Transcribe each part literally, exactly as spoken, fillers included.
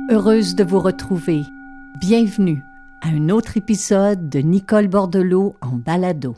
Heureuse de vous retrouver. Bienvenue à un autre épisode de Nicole Bordelot en balado.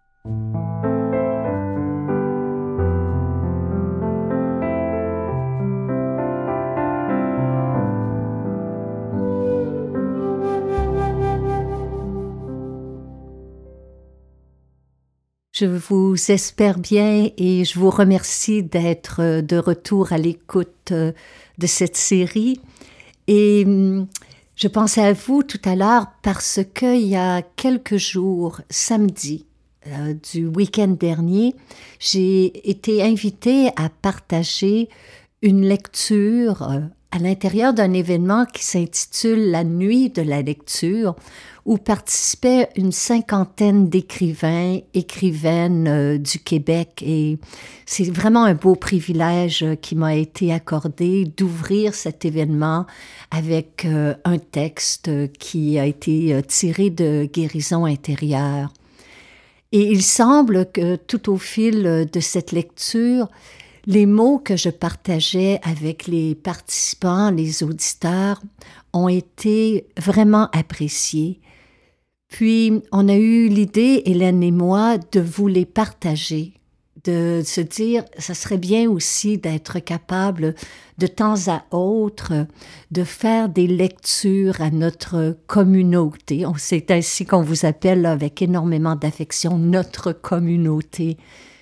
Je vous espère bien et je vous remercie d'être de retour à l'écoute de cette série. Et je pensais à vous tout à l'heure parce qu'il y a quelques jours, samedi, euh, du week-end dernier, j'ai été invitée à partager une lecture euh, à l'intérieur d'un événement qui s'intitule La Nuit de la lecture, où participaient une cinquantaine d'écrivains, écrivaines euh, du Québec. Et c'est vraiment un beau privilège qui m'a été accordé d'ouvrir cet événement avec euh, un texte qui a été tiré de Guérison intérieure. Et il semble que tout au fil de cette lecture, les mots que je partageais avec les participants, les auditeurs, ont été vraiment appréciés. Puis, on a eu l'idée, Hélène et moi, de vous les partager, de se dire, ça serait bien aussi d'être capable, de temps à autre, de faire des lectures à notre communauté. C'est ainsi qu'on vous appelle, là, avec énormément d'affection, notre communauté.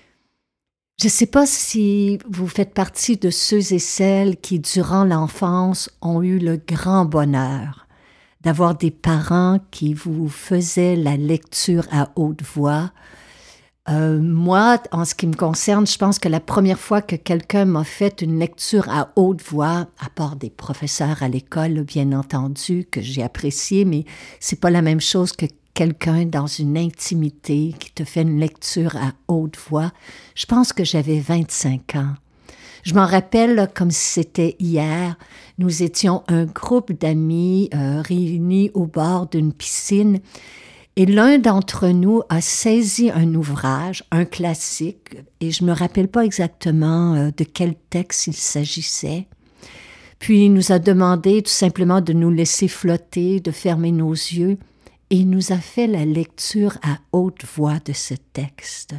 Je ne sais pas si vous faites partie de ceux et celles qui, durant l'enfance, ont eu le grand bonheur d'avoir des parents qui vous faisaient la lecture à haute voix. Euh, moi, en ce qui me concerne, je pense que la première fois que quelqu'un m'a fait une lecture à haute voix, à part des professeurs à l'école, bien entendu, que j'ai apprécié, mais c'est pas la même chose que quelqu'un dans une intimité qui te fait une lecture à haute voix. Je pense que j'avais vingt-cinq ans. Je m'en rappelle comme si c'était hier. Nous étions un groupe d'amis euh, réunis au bord d'une piscine et l'un d'entre nous a saisi un ouvrage, un classique, et je ne me rappelle pas exactement euh, de quel texte il s'agissait. Puis il nous a demandé tout simplement de nous laisser flotter, de fermer nos yeux, et il nous a fait la lecture à haute voix de ce texte.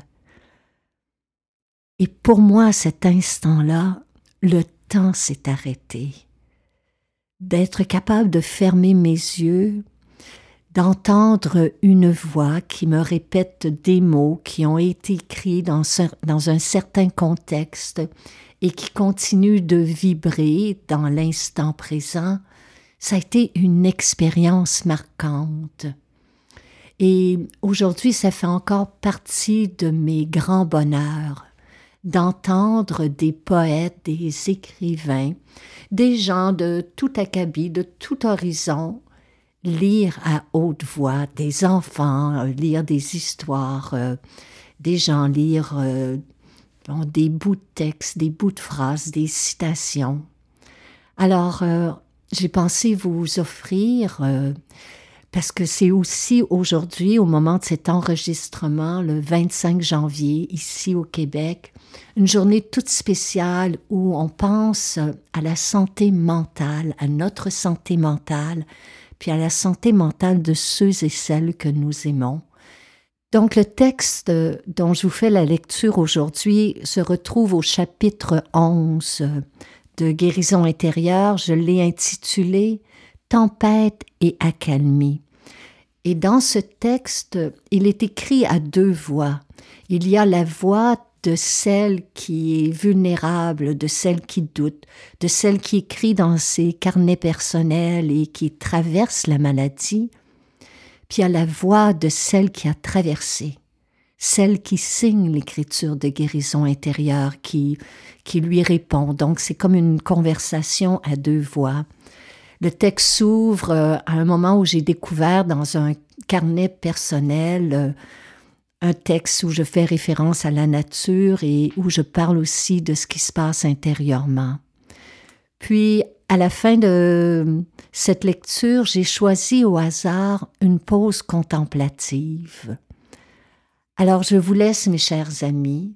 Et pour moi, à cet instant-là, le temps s'est arrêté. D'être capable de fermer mes yeux, d'entendre une voix qui me répète des mots qui ont été écrits dans, dans un certain contexte et qui continuent de vibrer dans l'instant présent, ça a été une expérience marquante. Et aujourd'hui, ça fait encore partie de mes grands bonheurs d'entendre des poètes, des écrivains, des gens de tout acabit, de tout horizon, lire à haute voix, des enfants lire des histoires, euh, des gens lire euh, bon, des bouts de texte, des bouts de phrases, des citations. Alors, euh, j'ai pensé vous offrir, euh, parce que c'est aussi aujourd'hui, au moment de cet enregistrement, le vingt-cinq janvier, ici au Québec, une journée toute spéciale où on pense à la santé mentale, à notre santé mentale, puis à la santé mentale de ceux et celles que nous aimons. Donc le texte dont je vous fais la lecture aujourd'hui se retrouve au chapitre onze de Guérison intérieure. Je l'ai intitulé « Tempête et accalmie ». Et dans ce texte, il est écrit à deux voix. Il y a la voix de celle qui est vulnérable, de celle qui doute, de celle qui écrit dans ses carnets personnels et qui traverse la maladie. Puis il y a la voix de celle qui a traversé, celle qui signe l'écriture de guérison intérieure, qui, qui lui répond. Donc c'est comme une conversation à deux voix. Le texte s'ouvre à un moment où j'ai découvert dans un carnet personnel un texte où je fais référence à la nature et où je parle aussi de ce qui se passe intérieurement. Puis, à la fin de cette lecture, j'ai choisi au hasard une pause contemplative. Alors, je vous laisse, mes chers amis,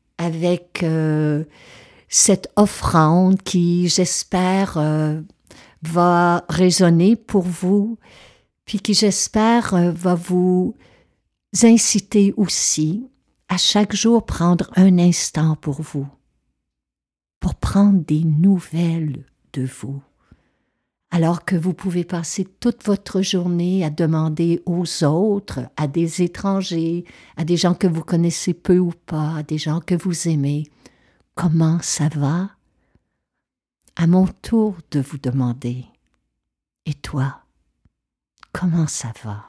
avec euh, cette offrande qui, j'espère, euh, va résonner pour vous, puis qui, j'espère, va vous inciter aussi à chaque jour prendre un instant pour vous, pour prendre des nouvelles de vous. Alors que vous pouvez passer toute votre journée à demander aux autres, à des étrangers, à des gens que vous connaissez peu ou pas, à des gens que vous aimez, comment ça va? À mon tour de vous demander, et toi, comment ça va?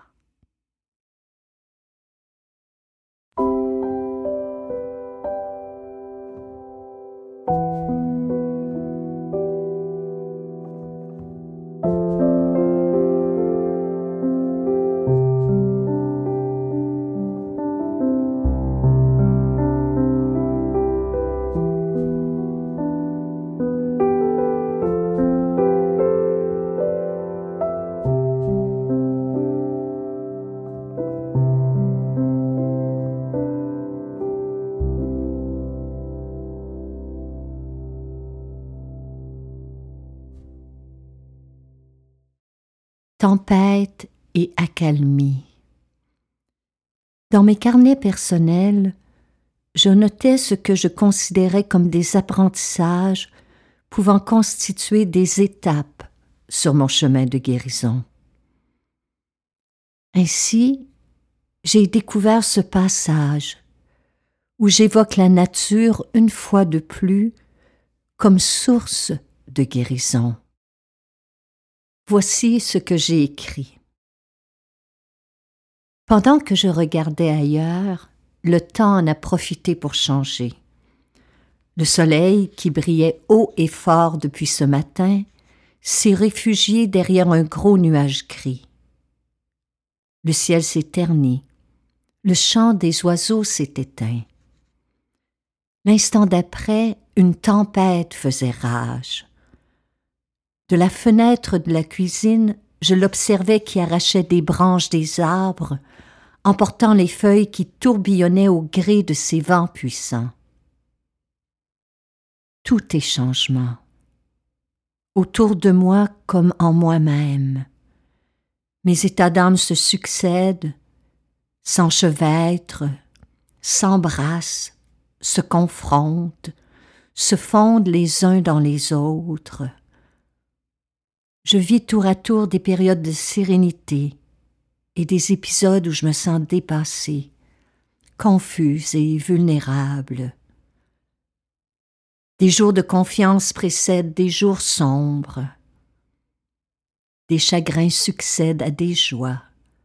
Tempête et accalmie. Dans mes carnets personnels, je notais ce que je considérais comme des apprentissages pouvant constituer des étapes sur mon chemin de guérison. Ainsi, j'ai découvert ce passage où j'évoque la nature une fois de plus comme source de guérison. Voici ce que j'ai écrit. Pendant que je regardais ailleurs, le temps en a profité pour changer. Le soleil, qui brillait haut et fort depuis ce matin, s'est réfugié derrière un gros nuage gris. Le ciel s'est terni. Le chant des oiseaux s'est éteint. L'instant d'après, une tempête faisait rage. De la fenêtre de la cuisine, je l'observais qui arrachait des branches des arbres, emportant les feuilles qui tourbillonnaient au gré de ces vents puissants. Tout est changement. Autour de moi comme en moi-même. Mes états d'âme se succèdent, s'enchevêtrent, s'embrassent, se confrontent, se fondent les uns dans les autres. Je vis tour à tour des périodes de sérénité et des épisodes où je me sens dépassée, confuse et vulnérable. Des jours de confiance précèdent des jours sombres. Des chagrins succèdent à des joies.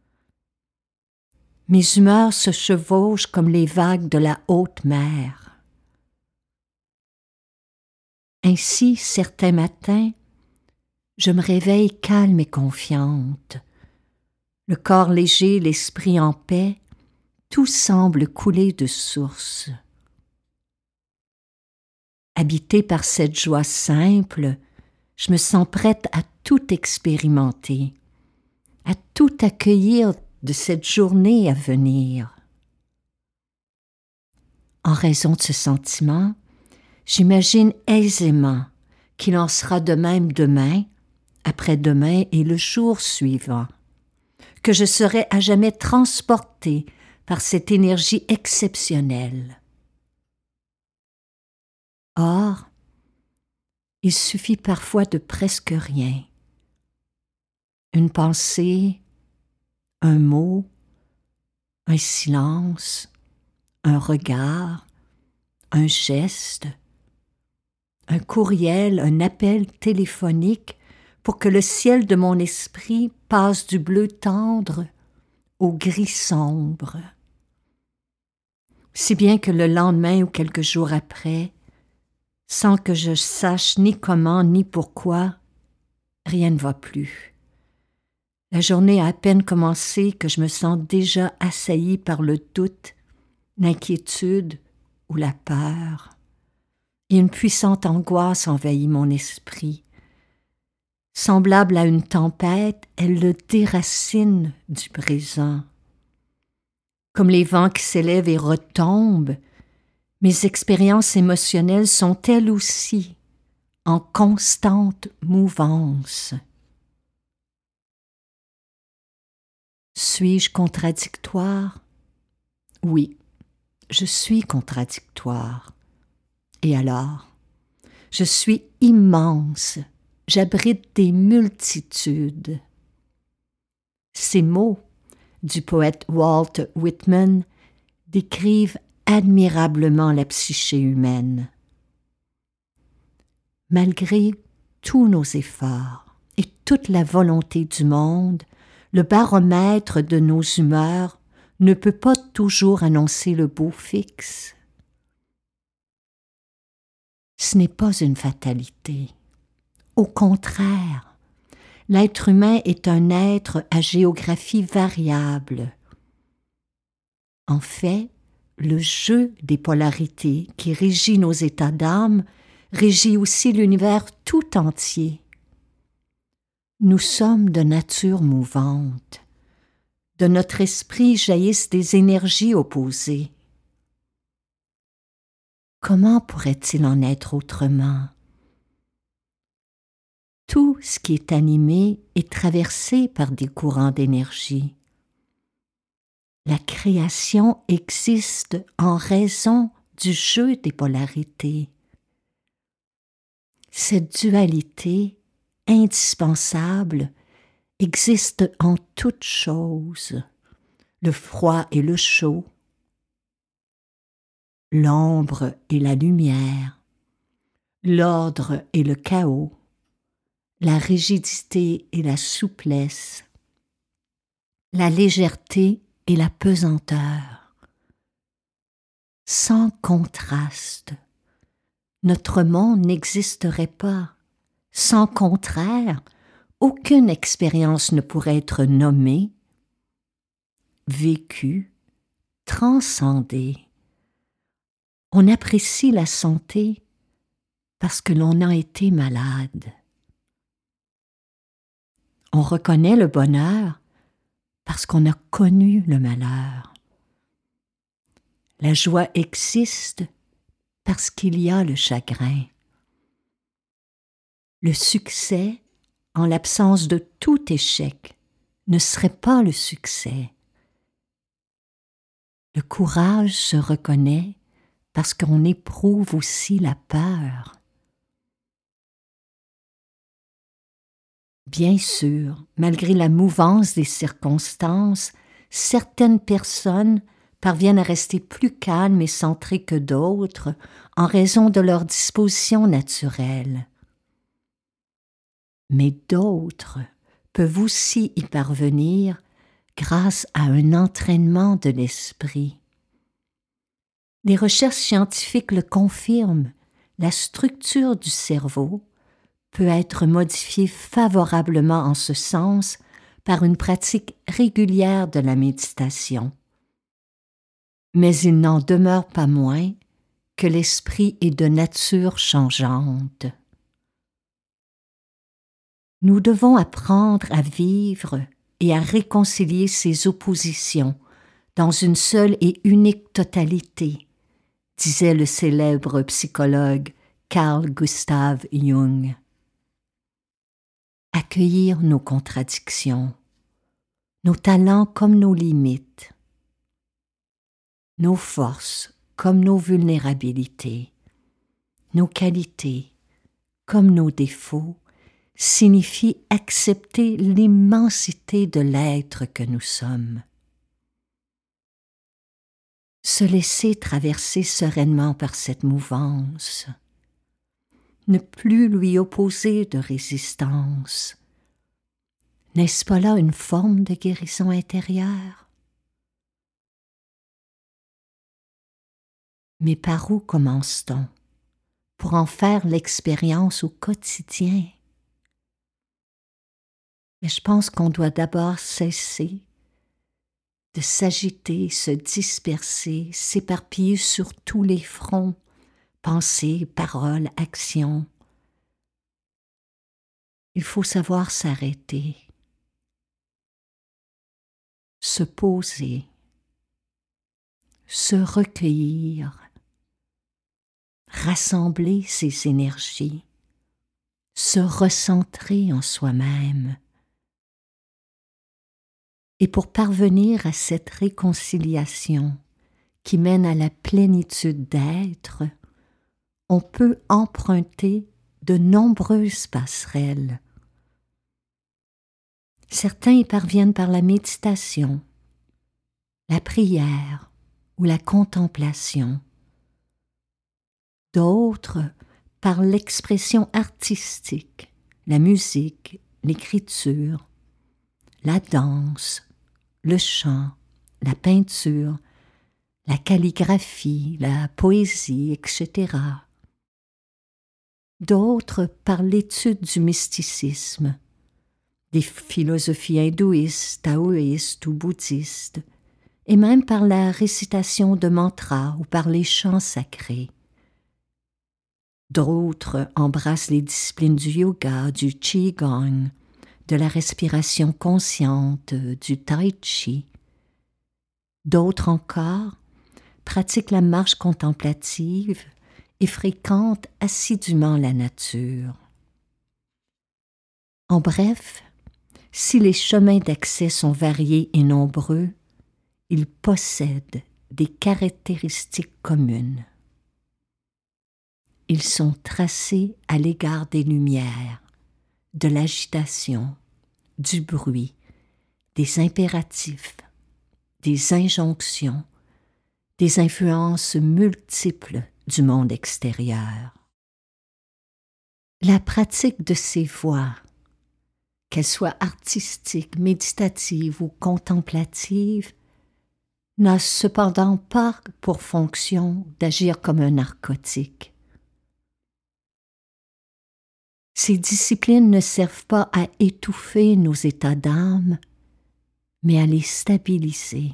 Mes humeurs se chevauchent comme les vagues de la haute mer. Ainsi, certains matins, je me réveille calme et confiante. Le corps léger, l'esprit en paix, tout semble couler de source. Habitée par cette joie simple, je me sens prête à tout expérimenter, à tout accueillir de cette journée à venir. En raison de ce sentiment, j'imagine aisément qu'il en sera de même demain, après-demain et le jour suivant, que je serai à jamais transportée par cette énergie exceptionnelle. Or, il suffit parfois de presque rien. Une pensée, un mot, un silence, un regard, un geste, un courriel, un appel téléphonique pour que le ciel de mon esprit passe du bleu tendre au gris sombre. Si bien que le lendemain ou quelques jours après, sans que je sache ni comment ni pourquoi, rien ne va plus. La journée a à peine commencé que je me sens déjà assaillie par le doute, l'inquiétude ou la peur, et une puissante angoisse envahit mon esprit. Semblable à une tempête, elle le déracine du présent. Comme les vents qui s'élèvent et retombent, mes expériences émotionnelles sont elles aussi en constante mouvance. Suis-je contradictoire? Oui, je suis contradictoire. Et alors? Je suis immense, j'abrite des multitudes. Ces mots du poète Walt Whitman décrivent admirablement la psyché humaine. Malgré tous nos efforts et toute la volonté du monde, le baromètre de nos humeurs ne peut pas toujours annoncer le beau fixe. Ce n'est pas une fatalité. Au contraire, l'être humain est un être à géographie variable. En fait, le jeu des polarités qui régit nos états d'âme régit aussi l'univers tout entier. Nous sommes de nature mouvante. De notre esprit jaillissent des énergies opposées. Comment pourrait-il en être autrement? Tout ce qui est animé est traversé par des courants d'énergie. La création existe en raison du jeu des polarités. Cette dualité indispensable existe en toutes choses, le froid et le chaud, l'ombre et la lumière, l'ordre et le chaos, la rigidité et la souplesse, la légèreté et la pesanteur. Sans contraste, notre monde n'existerait pas. Sans contraire, aucune expérience ne pourrait être nommée, vécue, transcendée. On apprécie la santé parce que l'on a été malade. On reconnaît le bonheur parce qu'on a connu le malheur. La joie existe parce qu'il y a le chagrin. Le succès, en l'absence de tout échec, ne serait pas le succès. Le courage se reconnaît parce qu'on éprouve aussi la peur. Bien sûr, malgré la mouvance des circonstances, certaines personnes parviennent à rester plus calmes et centrées que d'autres en raison de leur disposition naturelle. Mais d'autres peuvent aussi y parvenir grâce à un entraînement de l'esprit. Les recherches scientifiques le confirment, la structure du cerveau peut être modifiée favorablement en ce sens par une pratique régulière de la méditation. Mais il n'en demeure pas moins que l'esprit est de nature changeante. Nous devons apprendre à vivre et à réconcilier ces oppositions dans une seule et unique totalité, disait le célèbre psychologue Carl Gustav Jung. Accueillir nos contradictions, nos talents comme nos limites, nos forces comme nos vulnérabilités, nos qualités comme nos défauts, signifie accepter l'immensité de l'être que nous sommes. Se laisser traverser sereinement par cette mouvance, ne plus lui opposer de résistance. N'est-ce pas là une forme de guérison intérieure? Mais par où commence-t-on pour en faire l'expérience au quotidien? Mais je pense qu'on doit d'abord cesser de s'agiter, se disperser, s'éparpiller sur tous les fronts, pensées, paroles, actions. Il faut savoir s'arrêter, se poser, se recueillir, rassembler ses énergies se recentrer en soi-même. Et pour parvenir à cette réconciliation qui mène à la plénitude d'être, on peut emprunter de nombreuses passerelles. Certains y parviennent par la méditation, la prière ou la contemplation. D'autres par l'expression artistique, la musique, l'écriture, la danse, le chant, la peinture, la calligraphie, la poésie, et cetera. D'autres par l'étude du mysticisme, des philosophies hindouistes, taoïstes ou bouddhistes, et même par la récitation de mantras ou par les chants sacrés. D'autres embrassent les disciplines du yoga, du qigong, de la respiration consciente, du tai chi. D'autres encore pratiquent la marche contemplative et fréquentent assidûment la nature. En bref, si les chemins d'accès sont variés et nombreux, ils possèdent des caractéristiques communes. Ils sont tracés à l'égard des lumières, de l'agitation, du bruit, des impératifs, des injonctions, des influences multiples du monde extérieur. La pratique de ces voies, qu'elles soient artistiques, méditatives ou contemplatives, n'a cependant pas pour fonction d'agir comme un narcotique. Ces disciplines ne servent pas à étouffer nos états d'âme, mais à les stabiliser.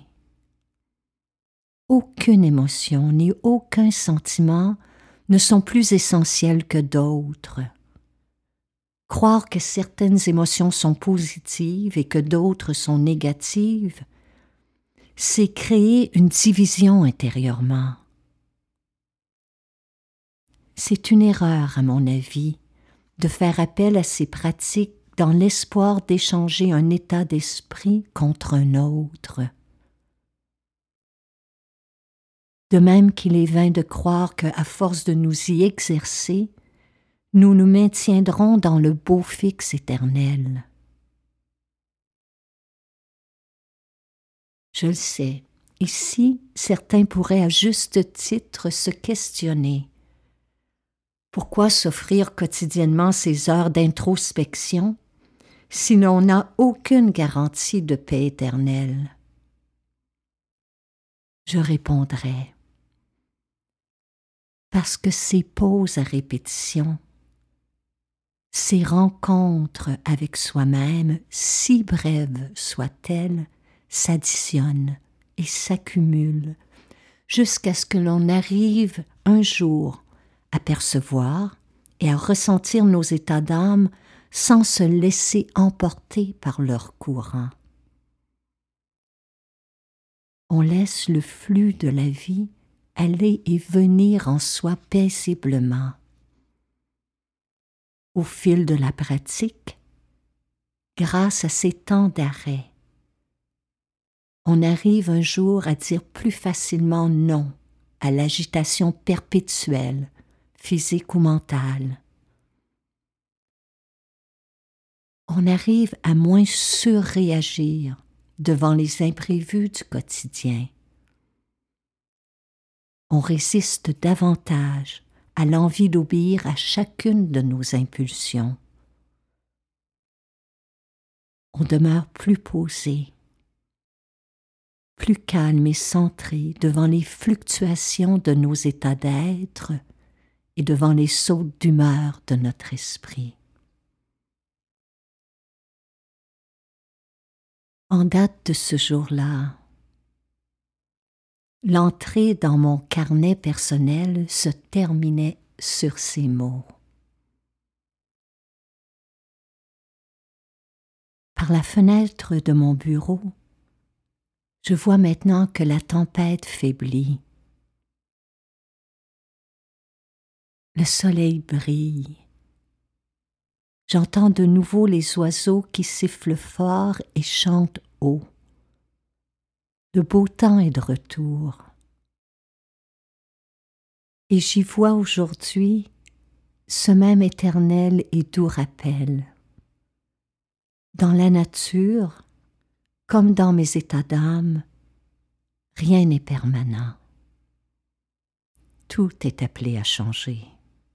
Aucune émotion ni aucun sentiment ne sont plus essentiels que d'autres. Croire que certaines émotions sont positives et que d'autres sont négatives, c'est créer une division intérieurement. C'est une erreur, à mon avis, de faire appel à ces pratiques dans l'espoir d'échanger un état d'esprit contre un autre. De même qu'il est vain de croire qu'à force de nous y exercer, nous nous maintiendrons dans le beau fixe éternel. Je le sais, ici, certains pourraient à juste titre se questionner. Pourquoi s'offrir quotidiennement ces heures d'introspection si l'on n'a aucune garantie de paix éternelle? Je répondrai, parce que ces pauses à répétition, ces rencontres avec soi-même, si brèves soient-elles, s'additionnent et s'accumulent jusqu'à ce que l'on arrive un jour à percevoir et à ressentir nos états d'âme sans se laisser emporter par leur courant. On laisse le flux de la vie aller et venir en soi paisiblement. Au fil de la pratique, grâce à ces temps d'arrêt, on arrive un jour à dire plus facilement non à l'agitation perpétuelle, physique ou mentale. On arrive à moins surréagir devant les imprévus du quotidien. On résiste davantage à l'envie d'obéir à chacune de nos impulsions. On demeure plus posé, plus calme et centré devant les fluctuations de nos états d'être et devant les sautes d'humeur de notre esprit. En date de ce jour-là, l'entrée dans mon carnet personnel se terminait sur ces mots. Par la fenêtre de mon bureau, je vois maintenant que la tempête faiblit. Le soleil brille J'entends de nouveau les oiseaux qui sifflent fort et chantent haut. Le beau temps est de retour. Et j'y vois aujourd'hui ce même éternel et doux rappel. Dans la nature, comme dans mes états d'âme, rien n'est permanent. Tout est appelé à changer.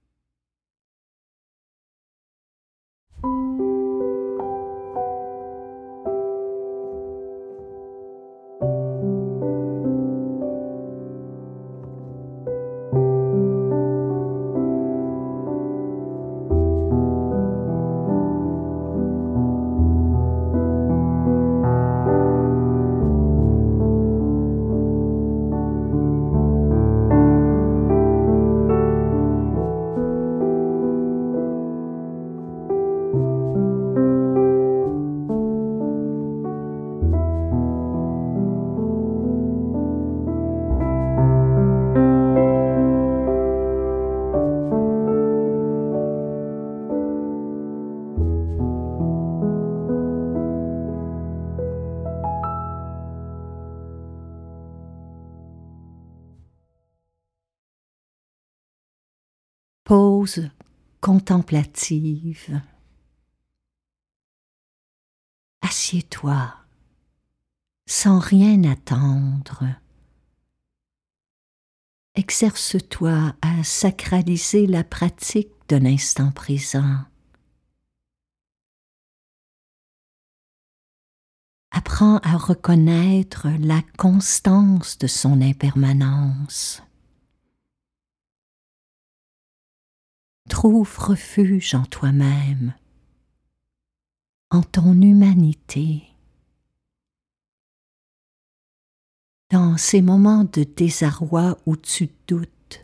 Pause contemplative. Assieds-toi, sans rien attendre. Exerce-toi à sacraliser la pratique de l'instant présent. Apprends à reconnaître la constance de son impermanence. Trouve refuge en toi-même, en ton humanité. Dans ces moments de désarroi où tu doutes,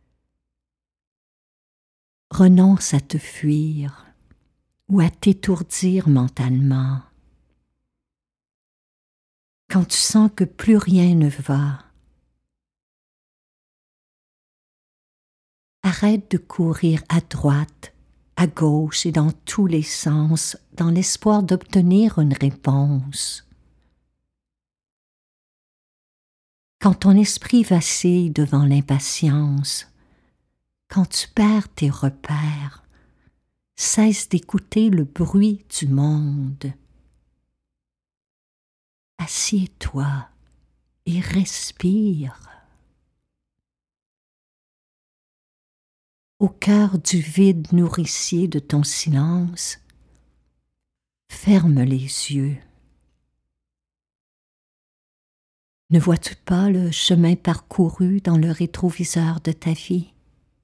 renonce à te fuir ou à t'étourdir mentalement. Quand tu sens que plus rien ne va, arrête de courir à droite, à gauche et dans tous les sens dans l'espoir d'obtenir une réponse. Quand ton esprit vacille devant l'impatience, quand tu perds tes repères, cesse d'écouter le bruit du monde. Assieds-toi et respire. Au cœur du vide nourricier de ton silence, ferme les yeux. Ne vois-tu pas le chemin parcouru dans le rétroviseur de ta vie?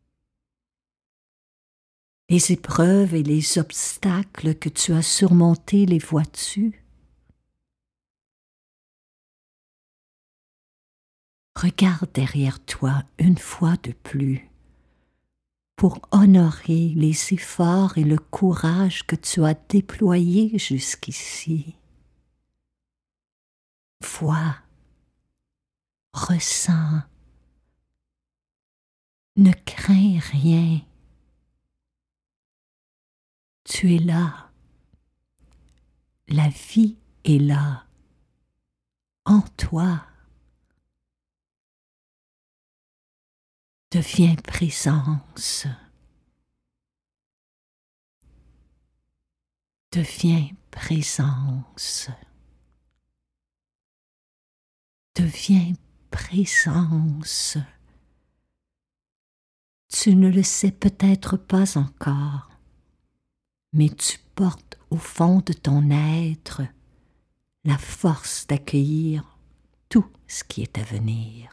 Les épreuves et les obstacles que tu as surmontés, les vois-tu? Regarde derrière toi une fois de plus pour honorer les efforts et le courage que tu as déployés jusqu'ici. Vois, ressens, ne crains rien. Tu es là, la vie est là, en toi. Deviens présence. Deviens présence. Deviens présence. Tu ne le sais peut-être pas encore, mais tu portes au fond de ton être la force d'accueillir tout ce qui est à venir.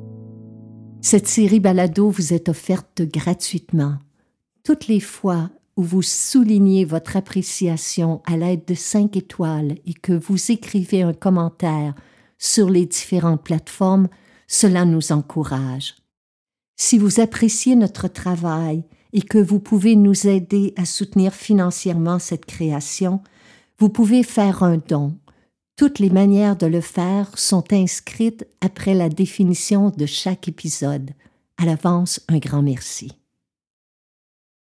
Cette série balado vous est offerte gratuitement. Toutes les fois où vous soulignez votre appréciation à l'aide de cinq étoiles et que vous écrivez un commentaire sur les différentes plateformes, cela nous encourage. Si vous appréciez notre travail et que vous pouvez nous aider à soutenir financièrement cette création, vous pouvez faire un don. Toutes les manières de le faire sont inscrites après la définition de chaque épisode. À l'avance, un grand merci.